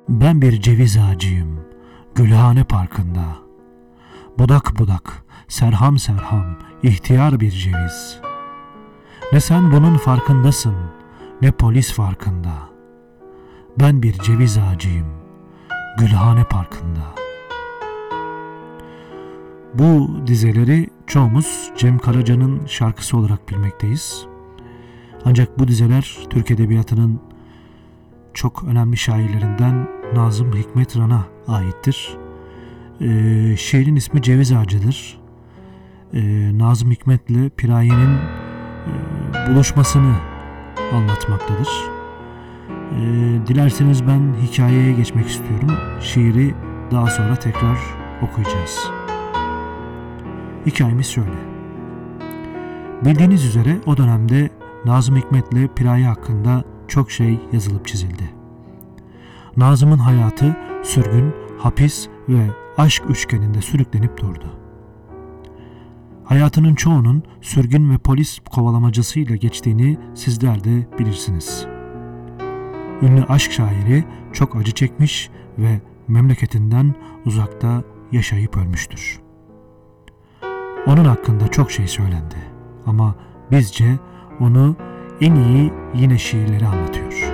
Ben bir ceviz ağacıyım, Gülhane Parkı'nda. Budak budak, serham serham, ihtiyar bir ceviz. Ne sen bunun farkındasın, ne polis farkında. Ben bir ceviz ağacıyım, Gülhane Parkı'nda. Bu dizeleri çoğumuz Cem Karaca'nın şarkısı olarak bilmekteyiz. Ancak bu dizeler Türk Edebiyatı'nın çok önemli şairlerinden Nazım Hikmet Ran'a aittir. Şiirin ismi Ceviz Ağacı'dır. Nazım Hikmet'le Piraye'nin buluşmasını anlatmaktadır. Dilerseniz ben hikayeye geçmek istiyorum. Şiiri daha sonra tekrar okuyacağız. Hikayemiz şöyle. Bildiğiniz üzere o dönemde Nazım Hikmet'le Piraye hakkında çok şey yazılıp çizildi. Nazım'ın hayatı sürgün, hapis ve aşk üçgeninde sürüklenip durdu. Hayatının çoğunun sürgün ve polis kovalamacasıyla geçtiğini sizler de bilirsiniz. Ünlü aşk şairi çok acı çekmiş ve memleketinden uzakta yaşayıp ölmüştür. Onun hakkında çok şey söylendi ama bizce onu en iyi yine şiirleri anlatıyor.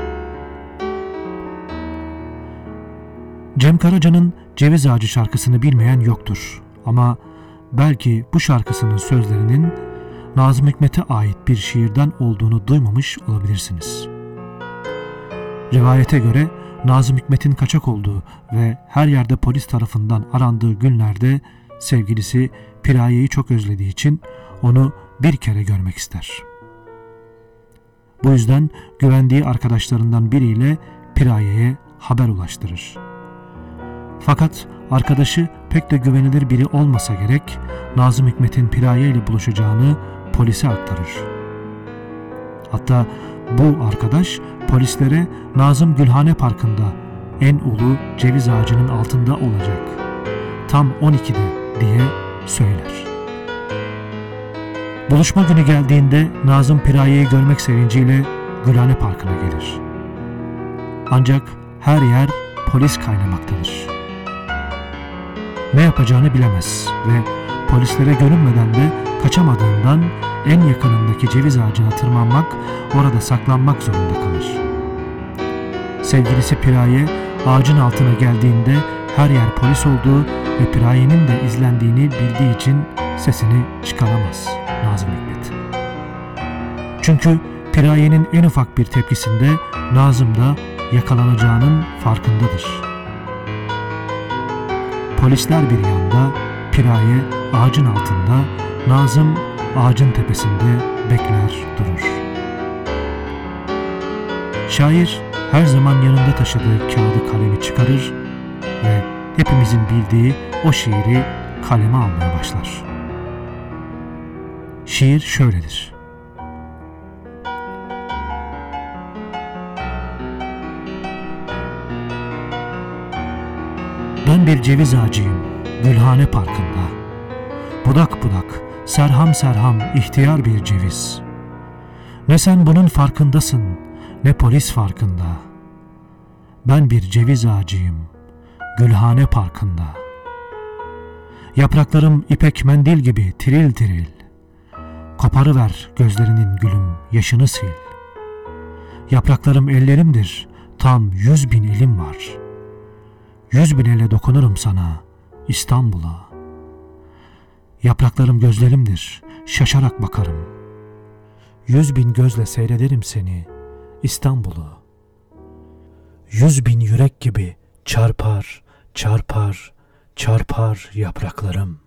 Cem Karaca'nın Ceviz Ağacı şarkısını bilmeyen yoktur ama belki bu şarkısının sözlerinin Nazım Hikmet'e ait bir şiirden olduğunu duymamış olabilirsiniz. Rivayete göre Nazım Hikmet'in kaçak olduğu ve her yerde polis tarafından arandığı günlerde sevgilisi Piraye'yi çok özlediği için onu bir kere görmek ister. Bu yüzden güvendiği arkadaşlarından biriyle Piraye'ye haber ulaştırır. Fakat arkadaşı pek de güvenilir biri olmasa gerek Nazım Hikmet'in Piraye ile buluşacağını polise aktarır. Hatta bu arkadaş polislere Nazım Gülhane Parkı'nda en ulu ceviz ağacının altında olacak. Tam 12'de diye söyler. Buluşma günü geldiğinde Nazım Piraye'yi görmek sevinciyle Gülhane Parkı'na gelir. Ancak her yer polis kaynamaktadır. Ne yapacağını bilemez ve polislere görünmeden de kaçamadığından en yakınındaki ceviz ağacına tırmanmak, orada saklanmak zorunda kalır. Sevgilisi Piraye ağacın altına geldiğinde her yer polis olduğu ve Piraye'nin de izlendiğini bildiği için sesini çıkaramaz Nazım Hikmet. Çünkü Piraye'nin en ufak bir tepkisinde Nazım da yakalanacağının farkındadır. Polisler bir yanda, Piraye ağacın altında, Nazım ağacın tepesinde bekler durur. Şair her zaman yanında taşıdığı kağıdı kalemi çıkarır ve hepimizin bildiği o şiiri kaleme almaya başlar. Şiir şöyledir. Ben bir ceviz ağacıyım, Gülhane Parkı'nda. Budak budak, serham serham, ihtiyar bir ceviz. Ne sen bunun farkındasın, ne polis farkında. Ben bir ceviz ağacıyım, Gülhane Parkı'nda. Yapraklarım ipek mendil gibi tiril tiril. Koparıver gözlerinin gülüm, yaşını sil. Yapraklarım ellerimdir, tam 100.000 elim var. 100.000 ele dokunurum sana, İstanbul'a. Yapraklarım gözlerimdir, şaşarak bakarım. 100.000 gözle seyrederim seni, İstanbul'u. 100.000 yürek gibi çarpar, çarpar, çarpar yapraklarım.